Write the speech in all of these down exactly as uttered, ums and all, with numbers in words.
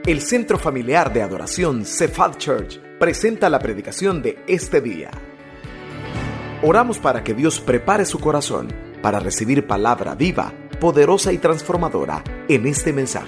El Centro Familiar de Adoración Cephal Church presenta la predicación de este día. Oramos para que Dios prepare su corazón para recibir palabra viva, poderosa y transformadora en este mensaje.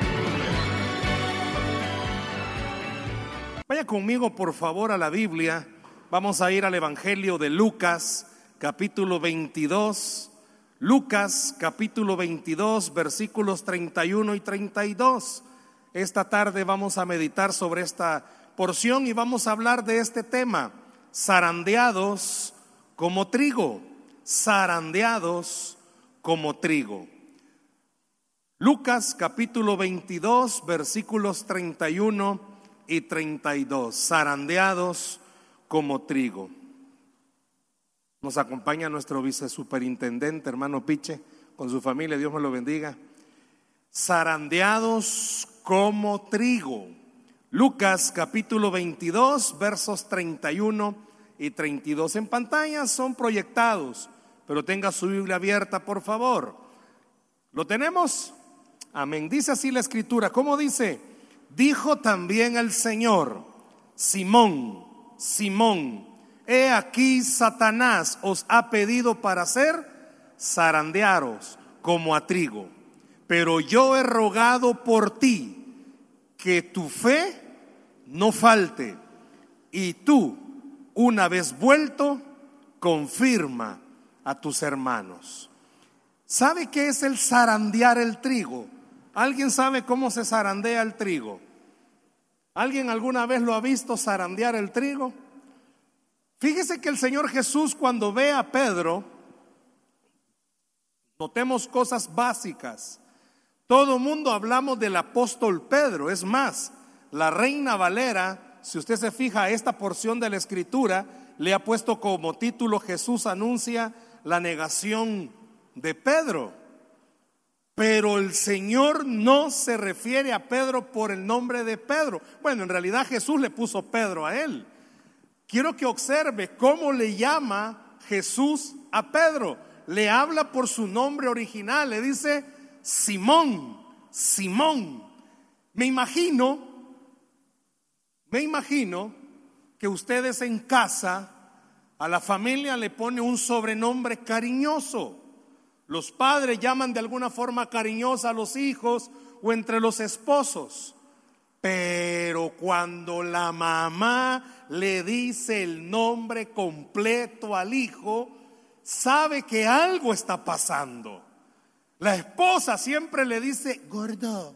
Vaya conmigo por favor a la Biblia. Vamos a ir al Evangelio de Lucas, capítulo veintidós. Lucas, capítulo veintidós, versículos treinta y uno y treinta y dos. Esta tarde vamos a meditar sobre esta porción y vamos a hablar de este tema: zarandeados como trigo, zarandeados como trigo. Lucas capítulo veintidós, versículos treinta y uno y treinta y dos, zarandeados como trigo. Nos acompaña nuestro vicesuperintendente, hermano Piche, con su familia, Dios me lo bendiga. Zarandeados como trigo. Lucas capítulo veintidós, versos treinta y uno y treinta y dos. En pantalla son proyectados, pero tenga su Biblia abierta, por favor. ¿Lo tenemos? Amén. Dice así la escritura. ¿Cómo dice? Dijo también el Señor: Simón, Simón, he aquí Satanás os ha pedido para hacer zarandearos como a trigo, pero yo he rogado por ti que tu fe no falte, y tú, una vez vuelto, confirma a tus hermanos. ¿Sabe qué es el zarandear el trigo? ¿Alguien sabe cómo se zarandea el trigo? ¿Alguien alguna vez lo ha visto zarandear el trigo? Fíjese que el Señor Jesús, cuando ve a Pedro, notemos cosas básicas. Todo mundo hablamos del apóstol Pedro. Es más, la Reina Valera, si usted se fija a esta porción de la escritura, le ha puesto como título: Jesús anuncia la negación de Pedro. Pero el Señor no se refiere a Pedro por el nombre de Pedro. Bueno, en realidad Jesús le puso Pedro a él. Quiero que observe cómo le llama Jesús a Pedro. Le habla por su nombre original, le dice: Simón, Simón. Me imagino, me imagino que ustedes en casa a la familia le pone un sobrenombre cariñoso. Los padres llaman de alguna forma cariñosa a los hijos o entre los esposos. Pero cuando la mamá le dice el nombre completo al hijo, sabe que algo está pasando. La esposa siempre le dice: gordo,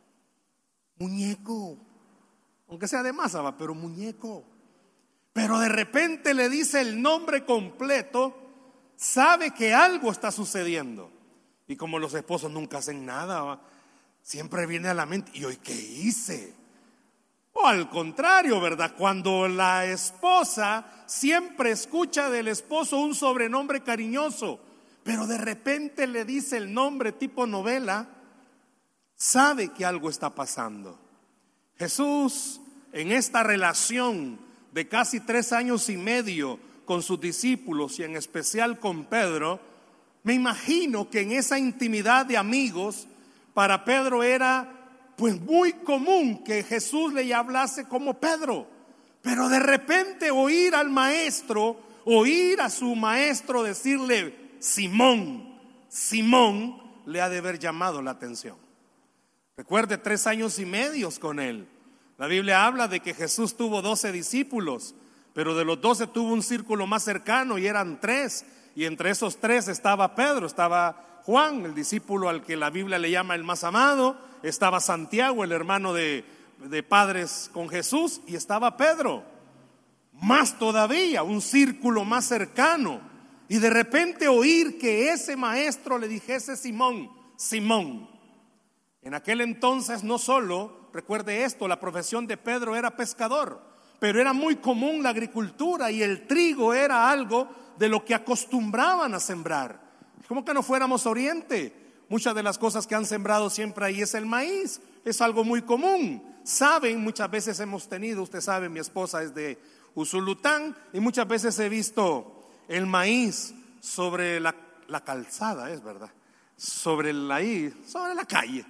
muñeco, aunque sea de masa, va, pero muñeco. Pero de repente le dice el nombre completo, sabe que algo está sucediendo. Y como los esposos nunca hacen nada, va, siempre viene a la mente: ¿y hoy qué hice? O al contrario, ¿verdad? Cuando la esposa siempre escucha del esposo un sobrenombre cariñoso, pero de repente le dice el nombre tipo novela, sabe que algo está pasando. Jesús, en esta relación de casi tres años y medio con sus discípulos y en especial con Pedro, me imagino que en esa intimidad de amigos, para Pedro era pues muy común que Jesús le hablase como Pedro. Pero de repente oír al maestro, oír a su maestro decirle Simón, Simón, le ha de haber llamado la atención. Recuerde, tres años y medios con él. La Biblia habla de que Jesús tuvo doce discípulos, pero de los doce tuvo un círculo más cercano y eran tres. Y entre esos tres estaba Pedro, estaba Juan, el discípulo al que la Biblia le llama el más amado, estaba Santiago, el hermano de, de padres con Jesús, y estaba Pedro. Más todavía, un círculo más cercano. Y de repente oír que ese maestro le dijese Simón, Simón. En aquel entonces no solo, recuerde esto, la profesión de Pedro era pescador, pero era muy común la agricultura y el trigo era algo de lo que acostumbraban a sembrar. Como que no fuéramos Oriente. Muchas de las cosas que han sembrado siempre ahí es el maíz, es algo muy común. Saben, muchas veces hemos tenido, usted sabe, mi esposa es de Usulután y muchas veces he visto el maíz sobre la, la calzada, es verdad, sobre la, sobre la calle.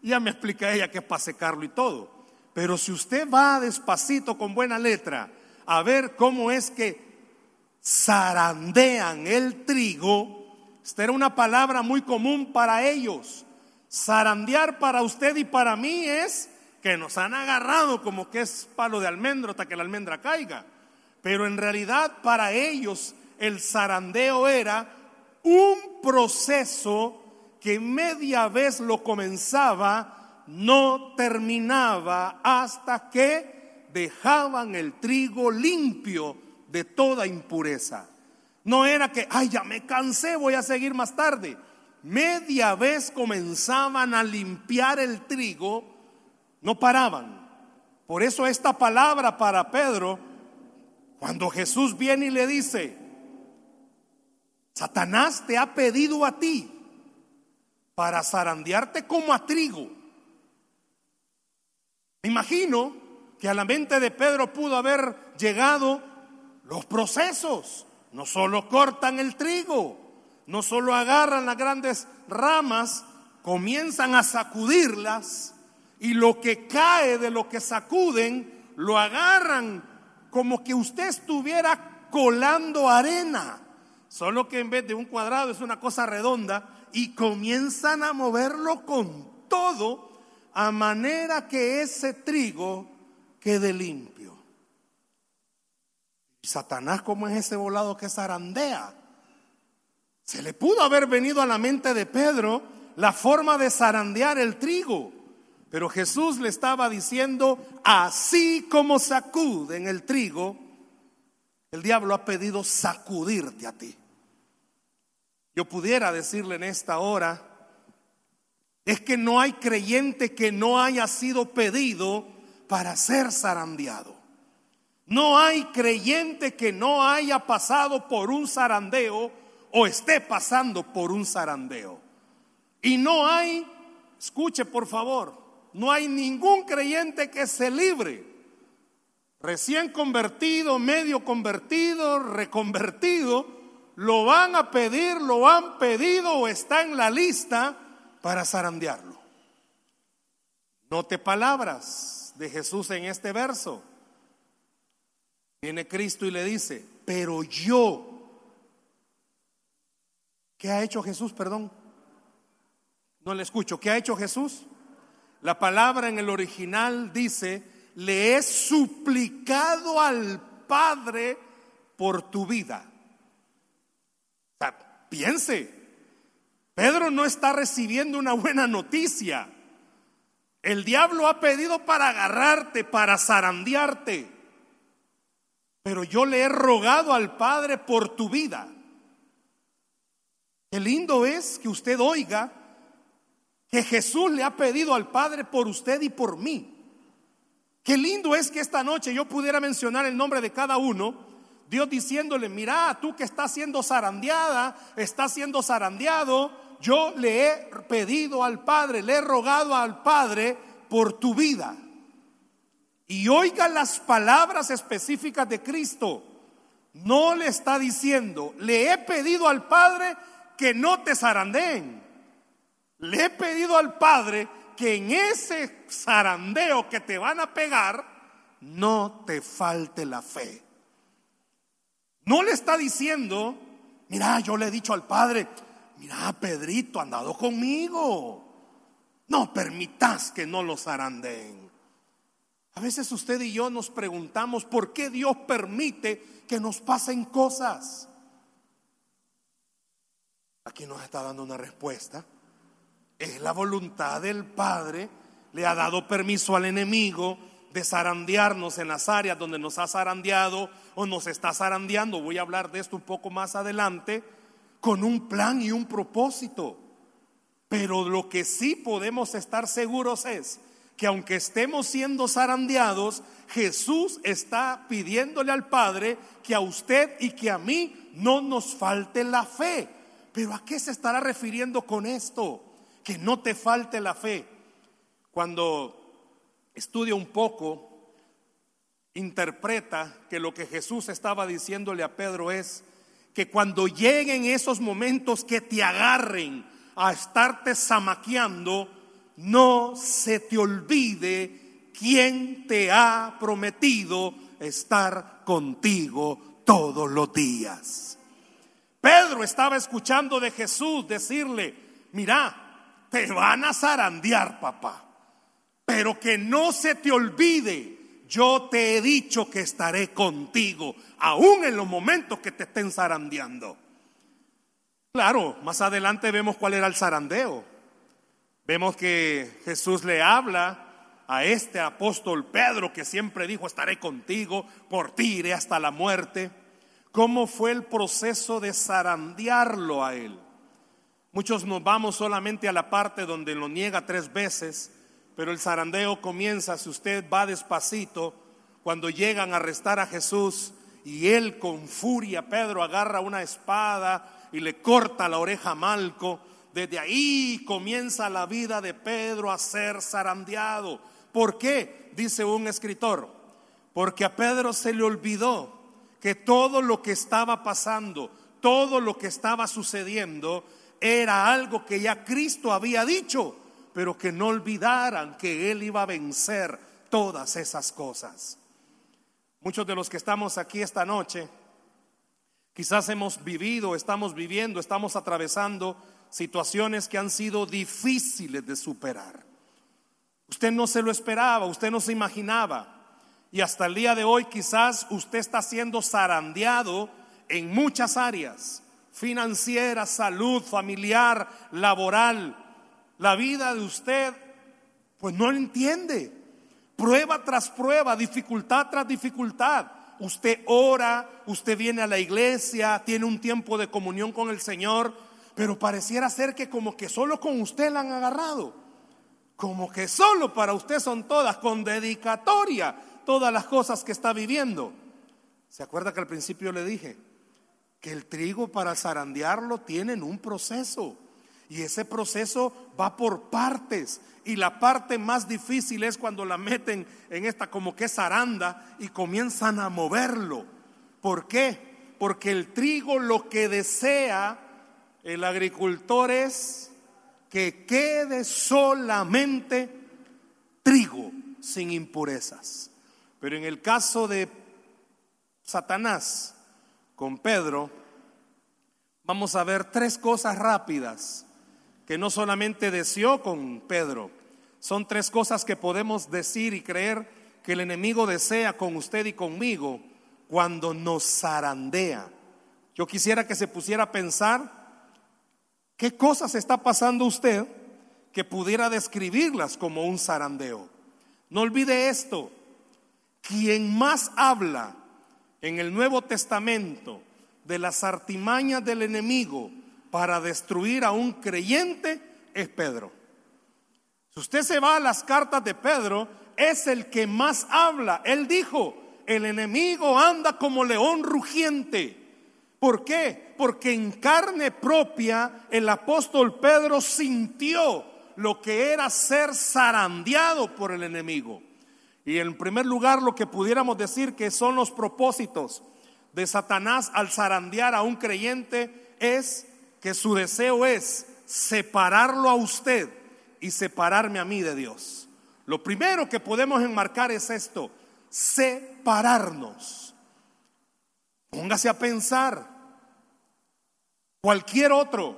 Ya me explica ella que es para secarlo y todo. Pero si usted va despacito con buena letra a ver cómo es que zarandean el trigo, esta era una palabra muy común para ellos. Zarandear para usted y para mí es que nos han agarrado como que es palo de almendro hasta que la almendra caiga. Pero en realidad para ellos el zarandeo era un proceso que media vez lo comenzaba, no terminaba hasta que dejaban el trigo limpio de toda impureza. No era que, ay, ya me cansé, voy a seguir más tarde. Media vez comenzaban a limpiar el trigo, no paraban. Por eso esta palabra para Pedro, cuando Jesús viene y le dice, Satanás te ha pedido a ti para zarandearte como a trigo. Me imagino que a la mente de Pedro pudo haber llegado los procesos. No solo cortan el trigo, no solo agarran las grandes ramas, comienzan a sacudirlas y lo que cae de lo que sacuden lo agarran como que usted estuviera colando arena, solo que en vez de un cuadrado es una cosa redonda, y comienzan a moverlo con todo a manera que ese trigo quede limpio. Satanás, como es ese volado que zarandea, se le pudo haber venido a la mente de Pedro la forma de zarandear el trigo, pero Jesús le estaba diciendo, así como sacuden el trigo, el diablo ha pedido sacudirte a ti. Yo pudiera decirle en esta hora, es que no hay creyente que no haya sido pedido para ser zarandeado. No hay creyente que no haya pasado por un zarandeo o esté pasando por un zarandeo. Y no hay, escuche por favor, no hay ningún creyente que se libre. Recién convertido, medio convertido, reconvertido, lo van a pedir, lo han pedido o está en la lista para zarandearlo. Note palabras de Jesús en este verso. Viene Cristo y le dice, pero yo. ¿Qué ha hecho Jesús? Perdón, no le escucho. ¿Qué ha hecho Jesús? La palabra en el original dice, le he suplicado al Padre por tu vida. O sea, piense, Pedro no está recibiendo una buena noticia. El diablo ha pedido para agarrarte, para zarandearte, pero yo le he rogado al Padre por tu vida. Qué lindo es que usted oiga que Jesús le ha pedido al Padre por usted y por mí. Qué lindo es que esta noche yo pudiera mencionar el nombre de cada uno, Dios diciéndole, mira, tú que estás siendo zarandeada, estás siendo zarandeado, yo le he pedido al Padre, le he rogado al Padre por tu vida. Y oiga las palabras específicas de Cristo. No le está diciendo, le he pedido al Padre que no te zarandeen. Le he pedido al Padre que en ese zarandeo que te van a pegar, no te falte la fe. No le está diciendo, mira, yo le he dicho al Padre, mira, Pedrito ha andado conmigo, no permitas que no lo zarandeen. A veces usted y yo nos preguntamos por qué Dios permite que nos pasen cosas. Aquí nos está dando una respuesta. Es la voluntad del Padre. Le ha dado permiso al enemigo de zarandearnos en las áreas donde nos ha zarandeado o nos está zarandeando. Voy a hablar de esto un poco más adelante, con un plan y un propósito. Pero lo que sí podemos estar seguros es que aunque estemos siendo zarandeados, Jesús está pidiéndole al Padre que a usted y que a mí no nos falte la fe. Pero ¿a qué se estará refiriendo con esto? Que no te falte la fe. Cuando estudia un poco, interpreta que lo que Jesús estaba diciéndole a Pedro es que cuando lleguen esos momentos que te agarren a estarte zamaqueando, no se te olvide quién te ha prometido estar contigo todos los días. Pedro estaba escuchando de Jesús decirle: mira, te van a zarandear, papá, pero que no se te olvide, yo te he dicho que estaré contigo, aún en los momentos que te estén zarandeando. Claro, más adelante vemos cuál era el zarandeo. Vemos que Jesús le habla a este apóstol Pedro, que siempre dijo: estaré contigo, por ti iré hasta la muerte. ¿Cómo fue el proceso de zarandearlo a él? Muchos nos vamos solamente a la parte donde lo niega tres veces, pero el zarandeo comienza, si usted va despacito, cuando llegan a arrestar a Jesús y él con furia, Pedro agarra una espada y le corta la oreja a Malco. Desde ahí comienza la vida de Pedro a ser zarandeado. ¿Por qué? Dice un escritor: porque a Pedro se le olvidó que todo lo que estaba pasando, todo lo que estaba sucediendo, era algo que ya Cristo había dicho, pero que no olvidaran que Él iba a vencer todas esas cosas. Muchos de los que estamos aquí esta noche, quizás hemos vivido, estamos viviendo, estamos atravesando situaciones que han sido difíciles de superar. Usted no se lo esperaba, usted no se imaginaba. Y hasta el día de hoy quizás usted está siendo zarandeado en muchas áreas: financiera, salud, familiar, laboral. La vida de usted pues no lo entiende. Prueba tras prueba, dificultad tras dificultad. Usted ora, usted viene a la iglesia, tiene un tiempo de comunión con el Señor, pero pareciera ser que como que solo con usted la han agarrado, como que solo para usted son todas, con dedicatoria, todas las cosas que está viviendo. ¿Se acuerda que al principio le dije que el trigo para zarandearlo tienen un proceso? Y ese proceso va por partes, y la parte más difícil es cuando la meten en esta como que zaranda y comienzan a moverlo. ¿Por qué? Porque el trigo, lo que desea el agricultor es que quede solamente trigo, sin impurezas. Pero en el caso de Satanás con Pedro, vamos a ver tres cosas rápidas que no solamente deseó con Pedro. Son tres cosas que podemos decir y creer que el enemigo desea con usted y conmigo cuando nos zarandea. Yo quisiera que se pusiera a pensar qué cosas está pasando usted que pudiera describirlas como un zarandeo. No olvide esto: quien más habla en el Nuevo Testamento de las artimañas del enemigo para destruir a un creyente es Pedro. Si usted se va a las cartas de Pedro, es el que más habla. Él dijo: el enemigo anda como león rugiente. ¿Por qué? Porque en carne propia el apóstol Pedro sintió lo que era ser zarandeado por el enemigo. Y en primer lugar, lo que pudiéramos decir que son los propósitos de Satanás al zarandear a un creyente es que su deseo es separarlo a usted y separarme a mí de Dios. Lo primero que podemos enmarcar es esto: separarnos. Póngase a pensar, cualquier otro,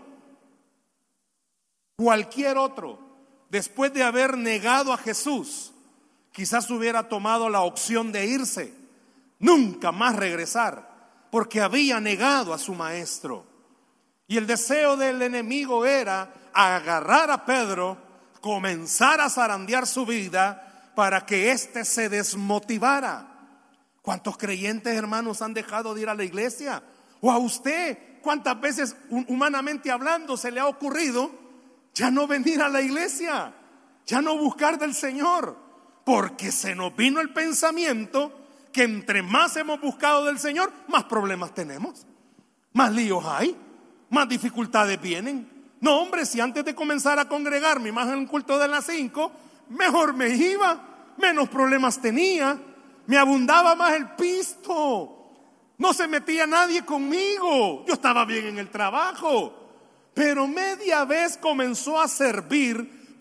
cualquier otro, después de haber negado a Jesús, quizás hubiera tomado la opción de irse, nunca más regresar, porque había negado a su maestro. Y el deseo del enemigo era agarrar a Pedro, comenzar a zarandear su vida para que éste se desmotivara. ¿Cuántos creyentes, hermanos, han dejado de ir a la iglesia? O a usted, ¿cuántas veces humanamente hablando se le ha ocurrido ya no venir a la iglesia, ya no buscar del Señor? Porque se nos vino el pensamiento que entre más hemos buscado del Señor, más problemas tenemos, más líos hay, más dificultades vienen. No, hombre, si antes de comenzar a congregarme, más en un culto de las cinco, mejor me iba, menos problemas tenía, me abundaba más el pisto, no se metía nadie conmigo, yo estaba bien en el trabajo. Pero media vez comenzó a servir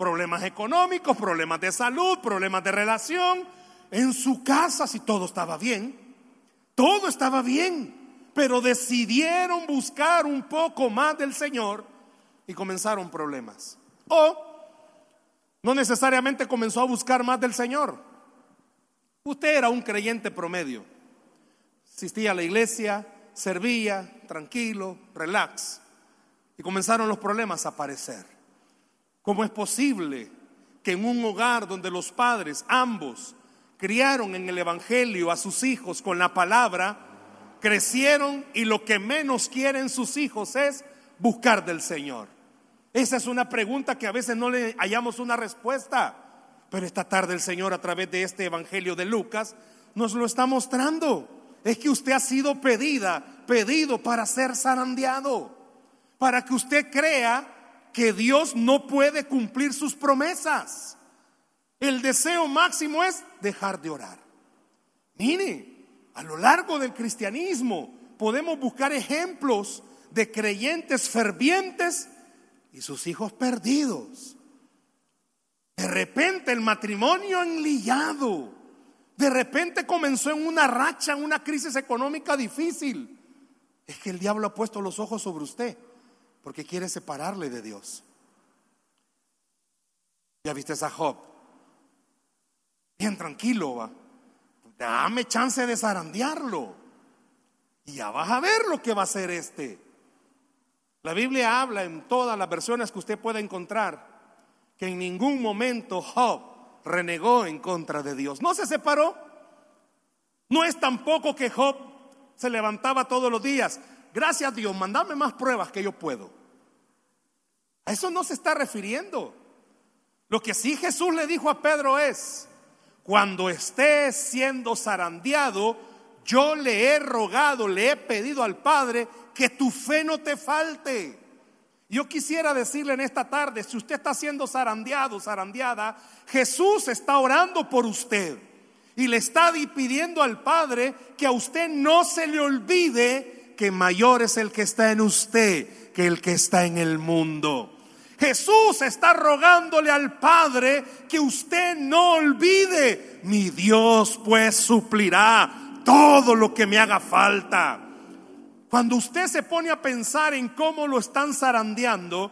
problemas económicos, problemas de salud, problemas de relación. En su casa, si todo estaba bien, todo estaba bien, pero decidieron buscar un poco más del Señor y comenzaron problemas. O no necesariamente comenzó a buscar más del Señor. Usted era un creyente promedio, asistía a la iglesia, servía, tranquilo, relax, y comenzaron los problemas a aparecer. ¿Cómo es posible que en un hogar donde los padres, ambos, criaron en el evangelio a sus hijos con la palabra, crecieron y lo que menos quieren sus hijos es buscar del Señor? Esa es una pregunta que a veces no le hallamos una respuesta, pero esta tarde el Señor, a través de este evangelio de Lucas, nos lo está mostrando. Es que usted ha sido pedida, pedido para ser zarandeado, para que usted crea que Dios no puede cumplir sus promesas. El deseo máximo es dejar de orar. Mire, a lo largo del cristianismo podemos buscar ejemplos de creyentes fervientes y sus hijos perdidos. De repente el matrimonio enlillado, de repente comenzó en una racha, en una crisis económica difícil. Es que el diablo ha puesto los ojos sobre usted porque quiere separarle de Dios. ¿Ya viste a Job? Bien tranquilo, va. Dame chance de zarandearlo y ya vas a ver lo que va a hacer este. La Biblia habla en todas las versiones que usted pueda encontrar que en ningún momento Job renegó en contra de Dios. No se separó. No es tampoco que Job se levantaba todos los días: gracias a Dios, mandame más pruebas que yo puedo. A eso no se está refiriendo. Lo que sí Jesús le dijo a Pedro es: cuando estés siendo zarandeado, yo le he rogado, le he pedido al Padre que tu fe no te falte. Yo quisiera decirle en esta tarde, si usted está siendo zarandeado, zarandeada, Jesús está orando por usted y le está pidiendo al Padre que a usted no se le olvide que mayor es el que está en usted que el que está en el mundo. Jesús está rogándole al Padre que usted no olvide: mi Dios pues suplirá todo lo que me haga falta. Cuando usted se pone a pensar en cómo lo están zarandeando,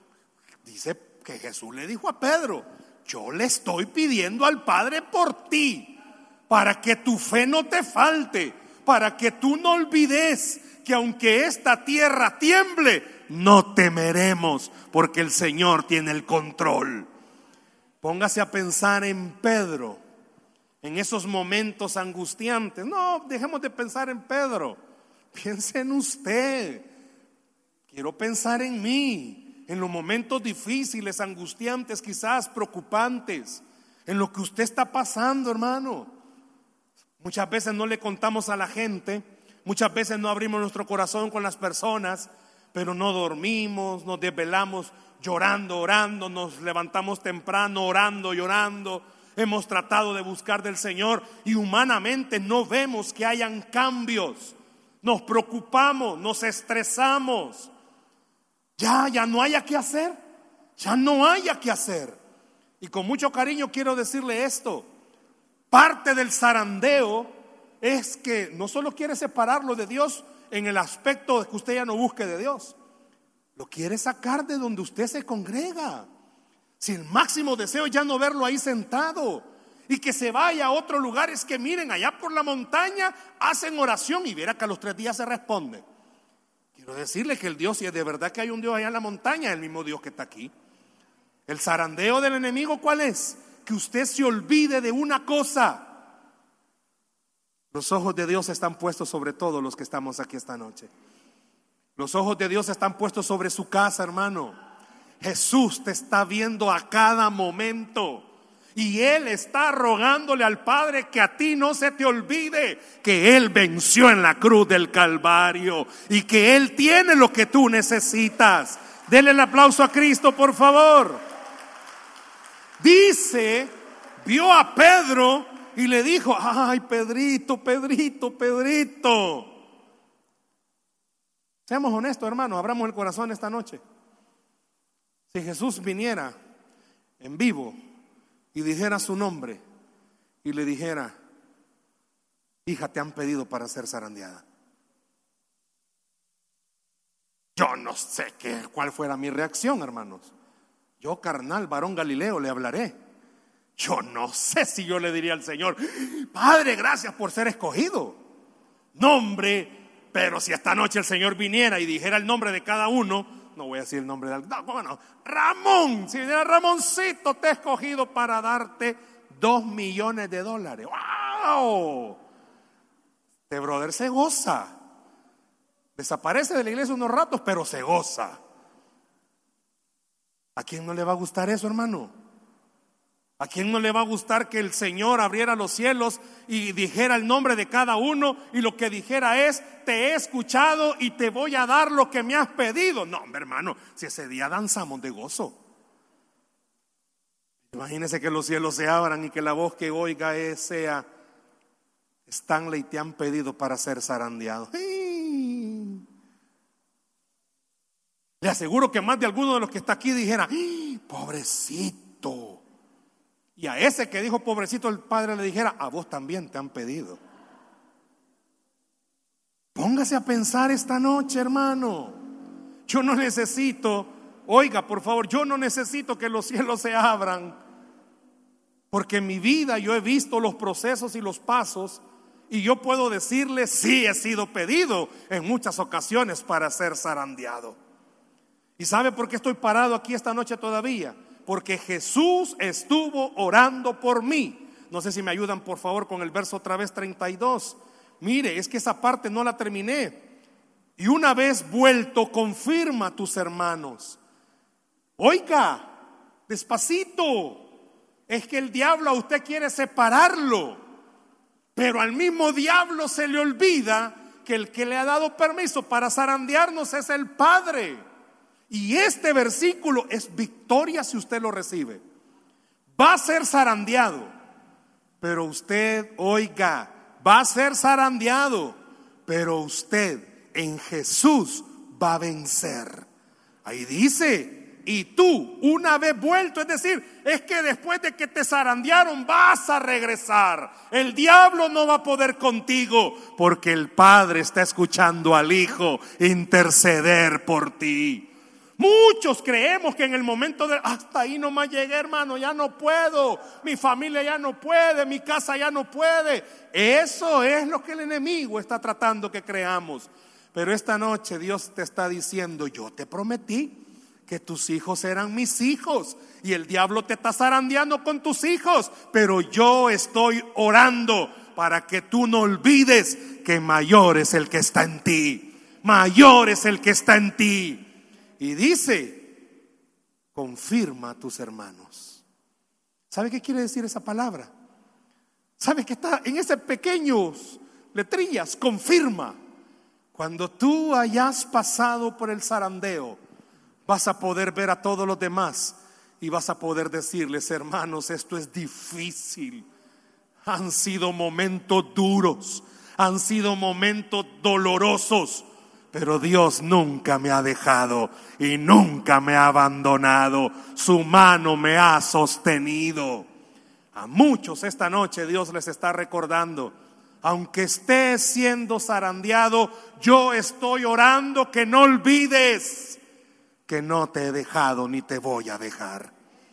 dice que Jesús le dijo a Pedro: yo le estoy pidiendo al Padre por ti, para que tu fe no te falte, para que tú no olvides que aunque esta tierra tiemble, no temeremos, porque el Señor tiene el control. Póngase a pensar en Pedro, en esos momentos angustiantes. No, dejemos de pensar en Pedro. Piense en usted. Quiero pensar en mí, en los momentos difíciles, angustiantes, quizás preocupantes, en lo que usted está pasando, hermano. Muchas veces no le contamos a la gente, muchas veces no abrimos nuestro corazón con las personas, pero no dormimos, nos desvelamos llorando, orando, nos levantamos temprano orando, llorando. Hemos tratado de buscar del Señor y humanamente no vemos que hayan cambios. Nos preocupamos, nos estresamos. Ya, ya no haya que hacer, ya no haya que hacer. Y con mucho cariño quiero decirle esto: parte del zarandeo es que no solo quiere separarlo de Dios en el aspecto de que usted ya no busque de Dios, lo quiere sacar de donde usted se congrega. Si el máximo deseo es ya no verlo ahí sentado y que se vaya a otros lugares, que miren, allá por la montaña hacen oración y verá que a los tres días se responde. Quiero decirle que el Dios, si es de verdad que hay un Dios allá en la montaña, es el mismo Dios que está aquí. El zarandeo del enemigo, ¿cuál es? Que usted se olvide de una cosa. Los ojos de Dios están puestos sobre todos los que estamos aquí esta noche. Los ojos de Dios están puestos sobre su casa, hermano. Jesús te está viendo a cada momento y Él está rogándole al Padre que a ti no se te olvide que Él venció en la cruz del Calvario y que Él tiene lo que tú necesitas. Denle el aplauso a Cristo, por favor. Dice, vio a Pedro y le dijo: ay, Pedrito, Pedrito, Pedrito. Seamos honestos, hermanos, abramos el corazón esta noche. Si Jesús viniera en vivo y dijera su nombre y le dijera: hija, te han pedido para ser zarandeada. Yo no sé qué, cuál fuera mi reacción, hermanos. Yo, carnal, varón Galileo, le hablaré. Yo no sé si yo le diría al Señor: Padre, gracias por ser escogido. No, hombre, pero si esta noche el Señor viniera y dijera el nombre de cada uno, no voy a decir el nombre de no, bueno, Ramón, si viniera Ramoncito, te he escogido para darte dos millones de dólares. ¡Wow! Este brother se goza. Desaparece de la iglesia unos ratos, pero se goza. ¿A quién no le va a gustar eso, hermano? ¿A quién no le va a gustar que el Señor abriera los cielos y dijera el nombre de cada uno y lo que dijera es: te he escuchado y te voy a dar lo que me has pedido? No, hombre, hermano, si ese día danzamos de gozo. Imagínese que los cielos se abran y que la voz que oiga es, sea: Stanley, te han pedido para ser zarandeado. Le aseguro que más de alguno de los que está aquí dijera: pobrecito. Y a ese que dijo pobrecito, el Padre le dijera: a vos también te han pedido. Póngase a pensar esta noche, hermano. Yo no necesito, oiga, por favor, yo no necesito que los cielos se abran, porque en mi vida yo he visto los procesos y los pasos, y yo puedo decirle: sí, he sido pedido en muchas ocasiones para ser zarandeado. ¿Y sabe por qué estoy parado aquí esta noche todavía? Porque Jesús estuvo orando por mí. No sé si me ayudan por favor con el verso otra vez, treinta y dos. Mire, es que esa parte no la terminé. Y una vez vuelto, confirma a tus hermanos. Oiga, despacito. Es que el diablo a usted quiere separarlo, pero al mismo diablo se le olvida que el que le ha dado permiso para zarandearnos es el Padre. Y este versículo es victoria si usted lo recibe. Va a ser zarandeado, pero usted, oiga, va a ser zarandeado, pero usted en Jesús va a vencer. Ahí dice: y tú, una vez vuelto, es decir, es que después de que te zarandearon vas a regresar. El diablo no va a poder contigo, porque el Padre está escuchando al Hijo interceder por ti. Muchos creemos que en el momento de hasta ahí nomás llegué, hermano, ya no puedo, mi familia ya no puede, mi casa ya no puede. Eso es lo que el enemigo está tratando que creamos. Pero esta noche Dios te está diciendo: yo te prometí que tus hijos eran mis hijos, y el diablo te está zarandeando con tus hijos, pero yo estoy orando para que tú no olvides que mayor es el que está en ti. Mayor es el que está en ti. Y dice: confirma a tus hermanos. ¿Sabe qué quiere decir esa palabra? ¿Sabe que está en ese pequeños letrillas? Confirma. Cuando tú hayas pasado por el zarandeo, vas a poder ver a todos los demás y vas a poder decirles: hermanos, esto es difícil. Han sido momentos duros, han sido momentos dolorosos, pero Dios nunca me ha dejado y nunca me ha abandonado. Su mano me ha sostenido. A muchos esta noche Dios les está recordando: aunque estés siendo zarandeado, yo estoy orando que no olvides que no te he dejado ni te voy a dejar.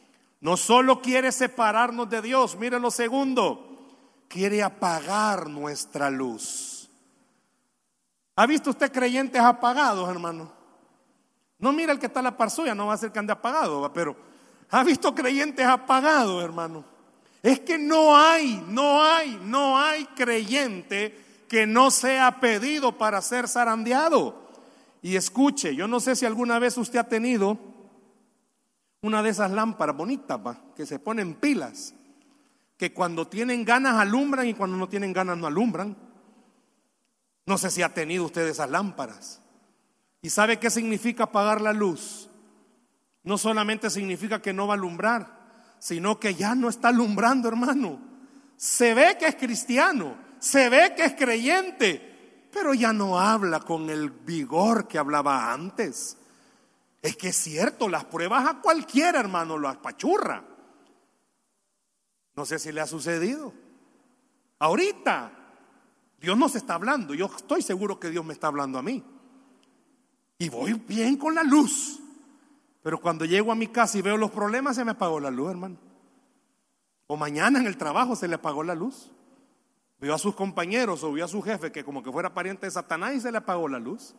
No solo quiere separarnos de Dios, mire lo segundo: quiere apagar nuestra luz. ¿Ha visto usted creyentes apagados, hermano? No mira el que está a la par suya, no va a ser que ande apagado, pero ¿ha visto creyentes apagados, hermano? Es que no hay, no hay, no hay creyente que no sea pedido para ser zarandeado. Y escuche, yo no sé si alguna vez usted ha tenido una de esas lámparas bonitas, ¿va?, que se ponen pilas, que cuando tienen ganas alumbran y cuando no tienen ganas no alumbran. No sé si ha tenido usted esas lámparas. ¿Y sabe qué significa apagar la luz? No solamente significa que no va a alumbrar, sino que ya no está alumbrando, hermano. Se ve que es cristiano, se ve que es creyente, pero ya no habla con el vigor que hablaba antes. Es que es cierto, las pruebas a cualquiera, hermano, lo apachurra. No sé si le ha sucedido. Ahorita Dios nos está hablando. Yo estoy seguro que Dios me está hablando a mí. Y voy bien con la luz. Pero cuando llego a mi casa y veo los problemas, se me apagó la luz, hermano. O mañana en el trabajo se le apagó la luz. Vio a sus compañeros o vio a su jefe que como que fuera pariente de Satanás y se le apagó la luz.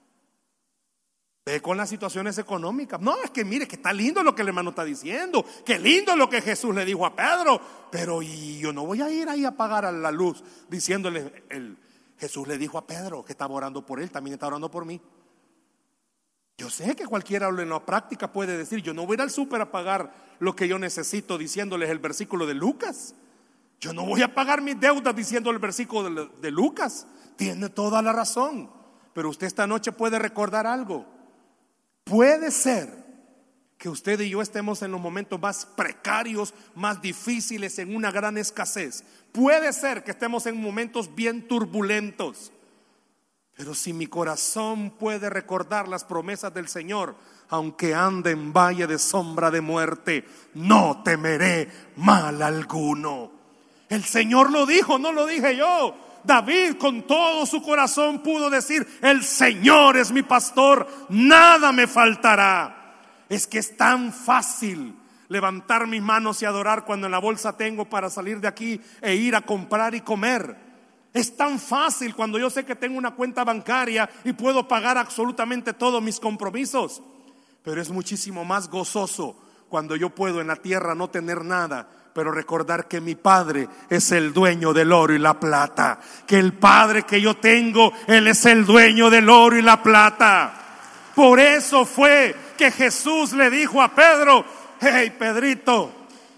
Ve con las situaciones económicas. No, es que mire que está lindo lo que el hermano está diciendo. Qué lindo lo que Jesús le dijo a Pedro. Pero y yo no voy a ir ahí a apagar a la luz diciéndole, el, Jesús le dijo a Pedro que estaba orando por él, también está orando por mí. Yo sé que cualquiera en la práctica puede decir, yo no voy a ir al súper a pagar lo que yo necesito diciéndoles el versículo de Lucas. Yo no voy a pagar mis deudas diciendo el versículo de, de Lucas. Tiene toda la razón. Pero usted esta noche puede recordar algo. Puede ser que usted y yo estemos en los momentos más precarios, más difíciles, en una gran escasez. Puede ser que estemos en momentos bien turbulentos. Pero si mi corazón puede recordar las promesas del Señor, aunque ande en valle de sombra de muerte, no temeré mal alguno. El Señor lo dijo, no lo dije yo. David con todo su corazón pudo decir, el Señor es mi pastor, nada me faltará. Es que es tan fácil levantar mis manos y adorar cuando en la bolsa tengo para salir de aquí e ir a comprar y comer. Es tan fácil cuando yo sé que tengo una cuenta bancaria y puedo pagar absolutamente todos mis compromisos. Pero es muchísimo más gozoso cuando yo puedo en la tierra no tener nada, pero recordar que mi Padre es el dueño del oro y la plata. Que el Padre que yo tengo, Él es el dueño del oro y la plata. Por eso fue que Jesús le dijo a Pedro, hey Pedrito,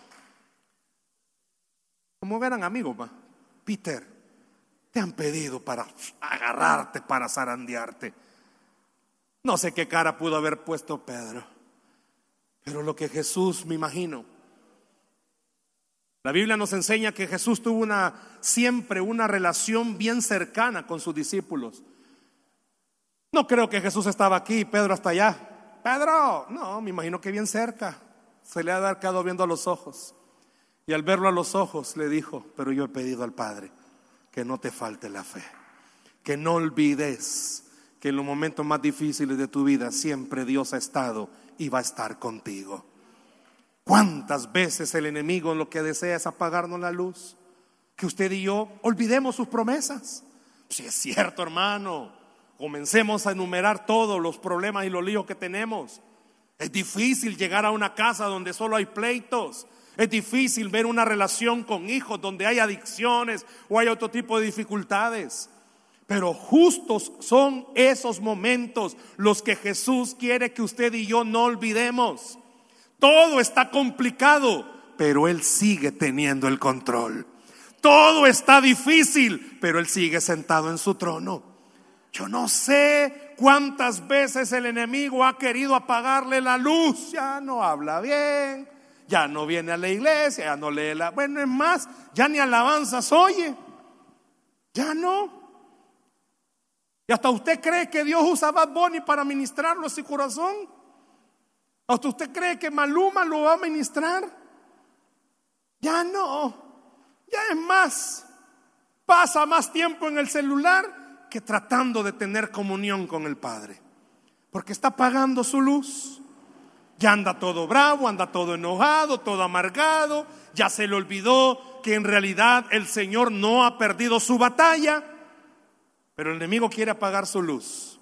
como eran amigos, ¿va? Peter, te han pedido para agarrarte, para zarandearte. No sé qué cara pudo haber puesto Pedro, pero lo que Jesús, me imagino, la Biblia nos enseña que Jesús tuvo una, siempre una relación bien cercana con sus discípulos. No creo que Jesús estaba aquí y Pedro hasta allá. Pedro, no, me imagino que bien cerca. Se le ha quedado viendo a los ojos. Y al verlo a los ojos le dijo, pero yo he pedido al Padre que no te falte la fe. Que no olvides que en los momentos más difíciles de tu vida siempre Dios ha estado y va a estar contigo. ¿Cuántas veces el enemigo lo que desea es apagarnos la luz? Que usted y yo olvidemos sus promesas. Si es cierto, hermano, comencemos a enumerar todos los problemas y los líos que tenemos. Es difícil llegar a una casa donde solo hay pleitos. Es difícil ver una relación con hijos donde hay adicciones o hay otro tipo de dificultades. Pero justos son esos momentos los que Jesús quiere que usted y yo no olvidemos. Todo está complicado, pero Él sigue teniendo el control. Todo está difícil, pero Él sigue sentado en su trono. Yo no sé cuántas veces el enemigo ha querido apagarle la luz. Ya no habla bien, ya no viene a la iglesia, ya no lee la... Bueno, es más, ya ni alabanzas oye. Ya no. Y hasta usted cree que Dios usa a Bad Bunny para ministrarlo a su corazón. ¿Hasta usted cree que Maluma lo va a ministrar? Ya no. Ya es más, pasa más tiempo en el celular que tratando de tener comunión con el Padre, porque está apagando su luz. Ya anda todo bravo, anda todo enojado, todo amargado. Ya se le olvidó que en realidad el Señor no ha perdido su batalla, pero el enemigo quiere apagar su luz.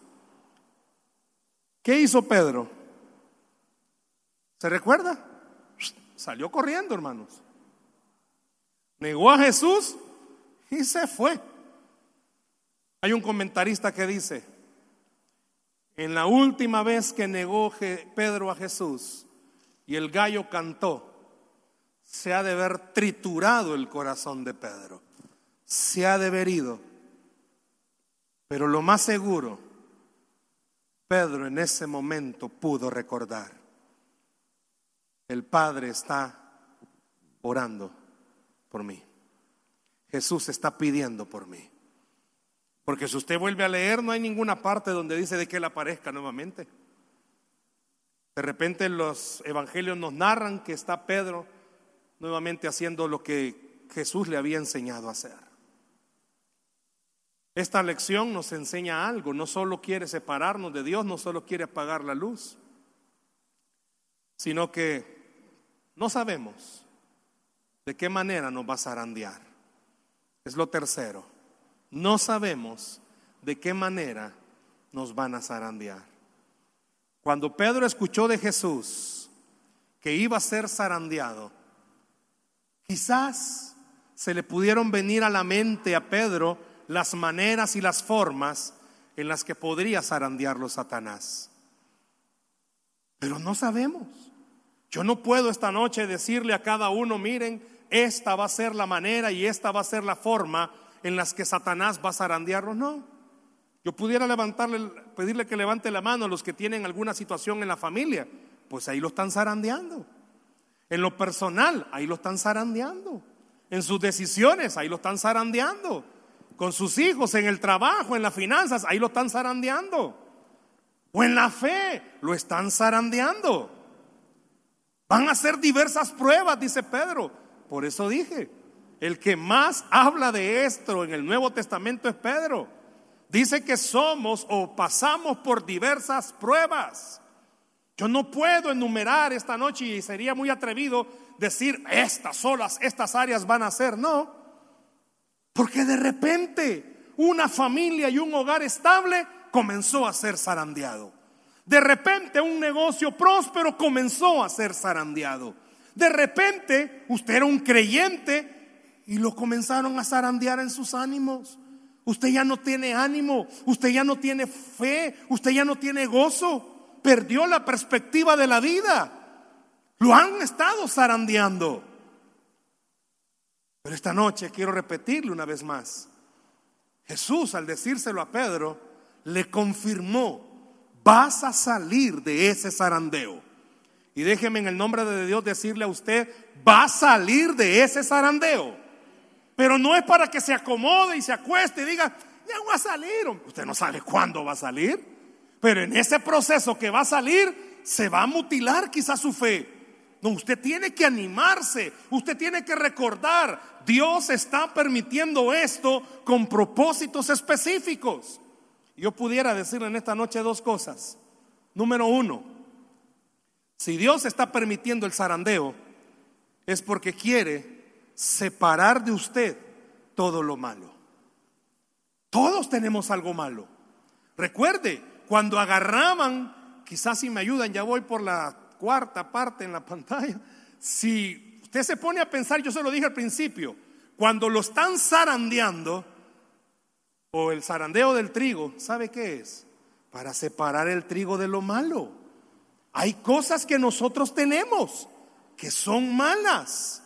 ¿Qué hizo Pedro? ¿Se recuerda? Salió corriendo, hermanos. Negó a Jesús y se fue. Hay un comentarista que dice, en la última vez que negó Pedro a Jesús y el gallo cantó, se ha de haber triturado el corazón de Pedro. Se ha de haber ido. Pero lo más seguro, Pedro en ese momento pudo recordar: el Padre está orando por mí. Jesús está pidiendo por mí. Porque si usted vuelve a leer, no hay ninguna parte donde dice de que Él aparezca nuevamente. De repente los evangelios nos narran que está Pedro nuevamente haciendo lo que Jesús le había enseñado a hacer. Esta lección nos enseña algo. No solo quiere separarnos de Dios, no solo quiere apagar la luz, sino que no sabemos de qué manera nos va a zarandear. Es lo tercero. No sabemos de qué manera nos van a zarandear. Cuando Pedro escuchó de Jesús que iba a ser zarandeado, quizás se le pudieron venir a la mente a Pedro las maneras y las formas en las que podría zarandearlo Satanás. Pero no sabemos. Yo no puedo esta noche decirle a cada uno: miren, esta va a ser la manera y esta va a ser la forma en las que Satanás va a zarandearlo. No. Yo pudiera levantarle, pedirle que levante la mano a los que tienen alguna situación en la familia. Pues ahí lo están zarandeando. En lo personal, ahí lo están zarandeando. En sus decisiones, ahí lo están zarandeando. Con sus hijos, en el trabajo, en las finanzas, ahí lo están zarandeando. O en la fe, lo están zarandeando. Van a hacer diversas pruebas, dice Pedro. Por eso dije, el que más habla de esto en el Nuevo Testamento es Pedro. Dice que somos o pasamos por diversas pruebas. Yo no puedo enumerar esta noche, y sería muy atrevido decir estas solas, estas áreas van a ser. No, porque de repente una familia y un hogar estable comenzó a ser zarandeado. De repente un negocio próspero comenzó a ser zarandeado. De repente usted era un creyente y lo comenzaron a zarandear en sus ánimos. Usted ya no tiene ánimo, usted ya no tiene fe, usted ya no tiene gozo. Perdió la perspectiva de la vida. Lo han estado zarandeando. Pero esta noche quiero repetirle una vez más. Jesús, al decírselo a Pedro, le confirmó: vas a salir de ese zarandeo. Y déjeme en el nombre de Dios decirle a usted: va a salir de ese zarandeo. Pero no es para que se acomode y se acueste y diga: ya voy a salir. Usted no sabe cuándo va a salir, pero en ese proceso que va a salir se va a mutilar quizás su fe. No, usted tiene que animarse, usted tiene que recordar: Dios está permitiendo esto con propósitos específicos. Yo pudiera decirle en esta noche dos cosas. Número uno, si Dios está permitiendo el zarandeo, es porque quiere separar de usted todo lo malo. Todos tenemos algo malo. Recuerde, cuando agarraban, quizás si me ayudan, ya voy por la cuarta parte en la pantalla. Si usted se pone a pensar, yo se lo dije al principio, cuando lo están zarandeando, o el zarandeo del trigo, ¿sabe qué es? Para separar el trigo de lo malo. Hay cosas que nosotros tenemos que son malas.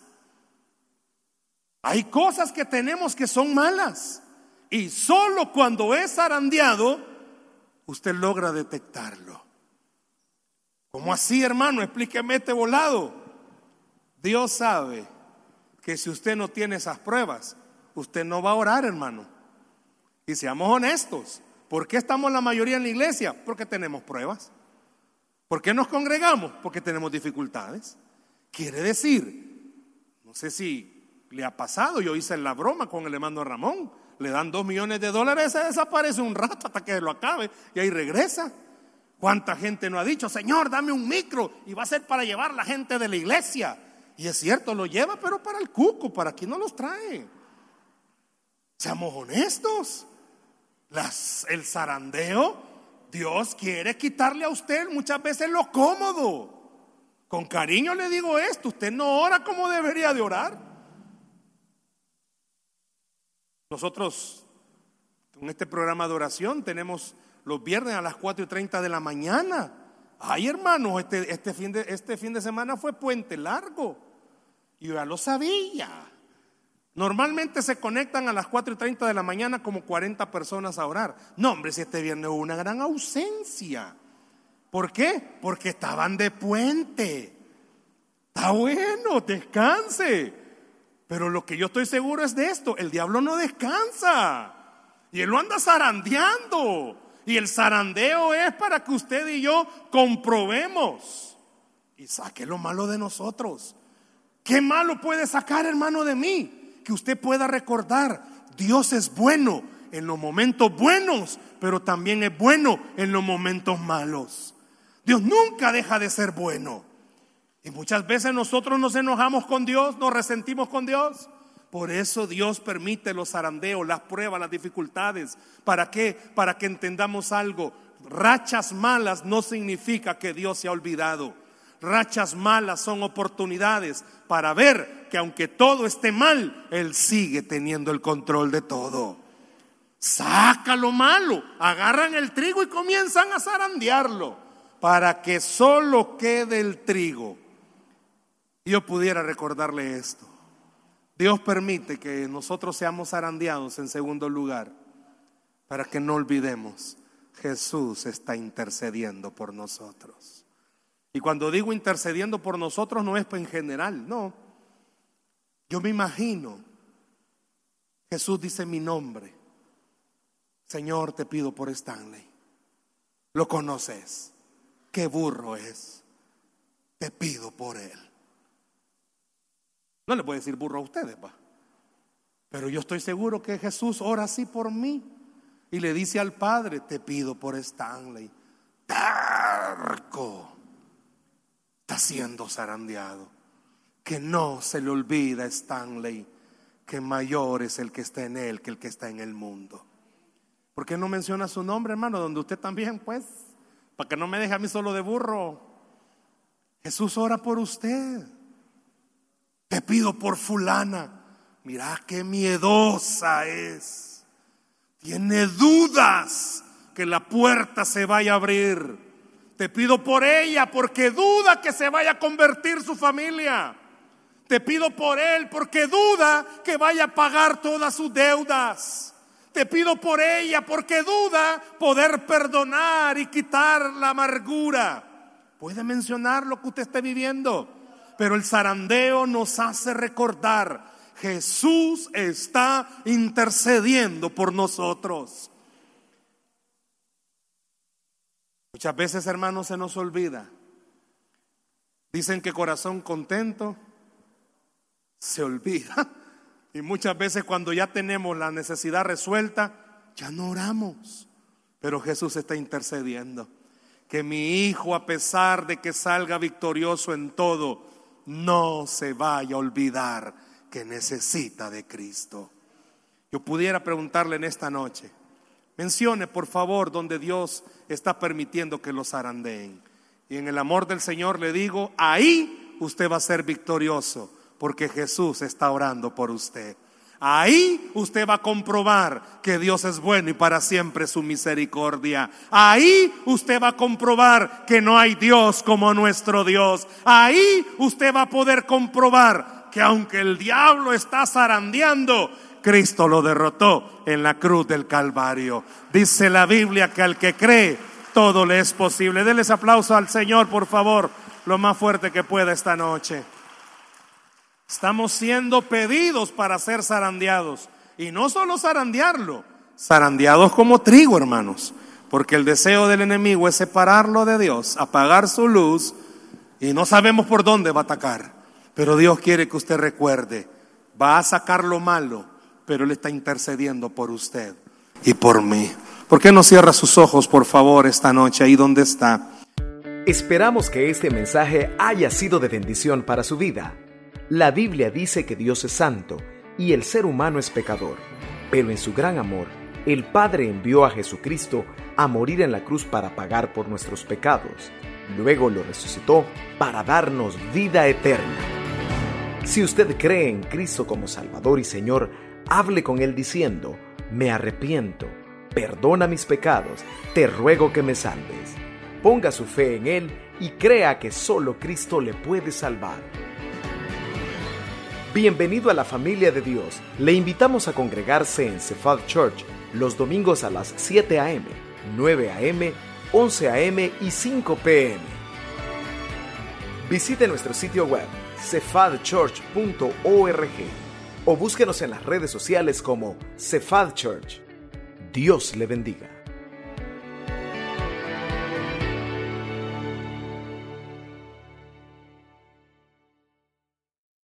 Hay cosas que tenemos que son malas. Y solo cuando es zarandeado, usted logra detectarlo. ¿Cómo así, hermano? Explíqueme este volado. Dios sabe que si usted no tiene esas pruebas, usted no va a orar, hermano. Y seamos honestos, ¿por qué estamos la mayoría en la iglesia? Porque tenemos pruebas. ¿Por qué nos congregamos? Porque tenemos dificultades. Quiere decir, no sé si le ha pasado, yo hice la broma con el hermano Ramón, le dan dos millones de dólares, se desaparece un rato hasta que lo acabe y ahí regresa. ¿Cuánta gente no ha dicho: Señor, dame un micro y va a ser para llevar la gente de la iglesia? Y es cierto, lo lleva, pero para el cuco, para aquí no los trae. Seamos honestos. Las, el zarandeo, Dios quiere quitarle a usted muchas veces lo cómodo. Con cariño le digo esto: usted no ora como debería de orar. Nosotros en este programa de oración tenemos los viernes a las cuatro y treinta de la mañana. Ay, hermanos, este, este, fin de, este fin de semana fue puente largo. Yo ya lo sabía. Normalmente se conectan a las cuatro y treinta de la mañana como cuarenta personas a orar. No, hombre, si este viernes hubo una gran ausencia. ¿Por qué? Porque estaban de puente. Está bueno, descanse. Pero lo que yo estoy seguro es de esto: el diablo no descansa. Y él lo anda zarandeando. Y el zarandeo es para que usted y yo comprobemos y saque lo malo de nosotros. ¿Qué malo puede sacar, hermano, de mí? Que usted pueda recordar, Dios es bueno en los momentos buenos, pero también es bueno en los momentos malos. Dios nunca deja de ser bueno. Y muchas veces nosotros nos enojamos con Dios, nos resentimos con Dios. Por eso Dios permite los zarandeos, las pruebas, las dificultades. ¿Para qué? Para que entendamos algo. Rachas malas no significa que Dios se ha olvidado. Rachas malas son oportunidades para ver que aunque todo esté mal, Él sigue teniendo el control de todo. Saca lo malo, agarran el trigo y comienzan a zarandearlo para que solo quede el trigo. Yo pudiera recordarle esto. Dios permite que nosotros seamos zarandeados en segundo lugar para que no olvidemos, Jesús está intercediendo por nosotros. Y cuando digo intercediendo por nosotros no es en general, no. Yo me imagino, Jesús dice mi nombre. Señor, te pido por Stanley. Lo conoces. Qué burro es. Te pido por él. No le voy a decir burro a ustedes, pa. Pero yo estoy seguro que Jesús ora así por mí. Y le dice al Padre, te pido por Stanley. Terco. Está siendo zarandeado. Que no se le olvida a Stanley que mayor es el que está en él que el que está en el mundo. ¿Por qué no menciona su nombre, hermano? Donde usted también, pues, para que no me deje a mí solo de burro. Jesús ora por usted. Te pido por fulana. Mira qué miedosa es. Tiene dudas que la puerta se vaya a abrir. Te pido por ella porque duda que se vaya a convertir su familia. Te pido por él porque duda que vaya a pagar todas sus deudas. Te pido por ella porque duda poder perdonar y quitar la amargura. Puede mencionar lo que usted esté viviendo, pero el zarandeo nos hace recordar, Jesús está intercediendo por nosotros. Muchas veces, hermanos, se nos olvida. Dicen que corazón contento se olvida. Y muchas veces cuando ya tenemos la necesidad resuelta, ya no oramos. Pero Jesús está intercediendo. Que mi hijo, a pesar de que salga victorioso en todo, no se vaya a olvidar que necesita de Cristo. Yo pudiera preguntarle en esta noche, mencione por favor donde Dios está permitiendo que los zarandeen. Y en el amor del Señor le digo, ahí usted va a ser victorioso. Porque Jesús está orando por usted. Ahí usted va a comprobar que Dios es bueno y para siempre su misericordia. Ahí usted va a comprobar que no hay Dios como nuestro Dios. Ahí usted va a poder comprobar que aunque el diablo está zarandeando, Cristo lo derrotó en la cruz del Calvario. Dice la Biblia que al que cree, todo le es posible. Denles aplauso al Señor, por favor, lo más fuerte que pueda esta noche. Estamos siendo pedidos para ser zarandeados. Y no solo zarandearlo, zarandeados como trigo, hermanos. Porque el deseo del enemigo es separarlo de Dios, apagar su luz, y no sabemos por dónde va a atacar. Pero Dios quiere que usted recuerde, va a sacar lo malo, pero Él está intercediendo por usted y por mí. ¿Por qué no cierra sus ojos, por favor, esta noche ahí donde está? Esperamos que este mensaje haya sido de bendición para su vida. La Biblia dice que Dios es santo y el ser humano es pecador, pero en su gran amor, el Padre envió a Jesucristo a morir en la cruz para pagar por nuestros pecados. Luego lo resucitó para darnos vida eterna. Si usted cree en Cristo como Salvador y Señor, hable con Él diciendo, me arrepiento, perdona mis pecados, te ruego que me salves. Ponga su fe en Él y crea que solo Cristo le puede salvar. Bienvenido a la familia de Dios. Le invitamos a congregarse en Cephal Church los domingos a las siete a eme, nueve a eme, once a eme y cinco pe eme. Visite nuestro sitio web cephal church punto org o búsquenos en las redes sociales como Cephal Church. Dios le bendiga.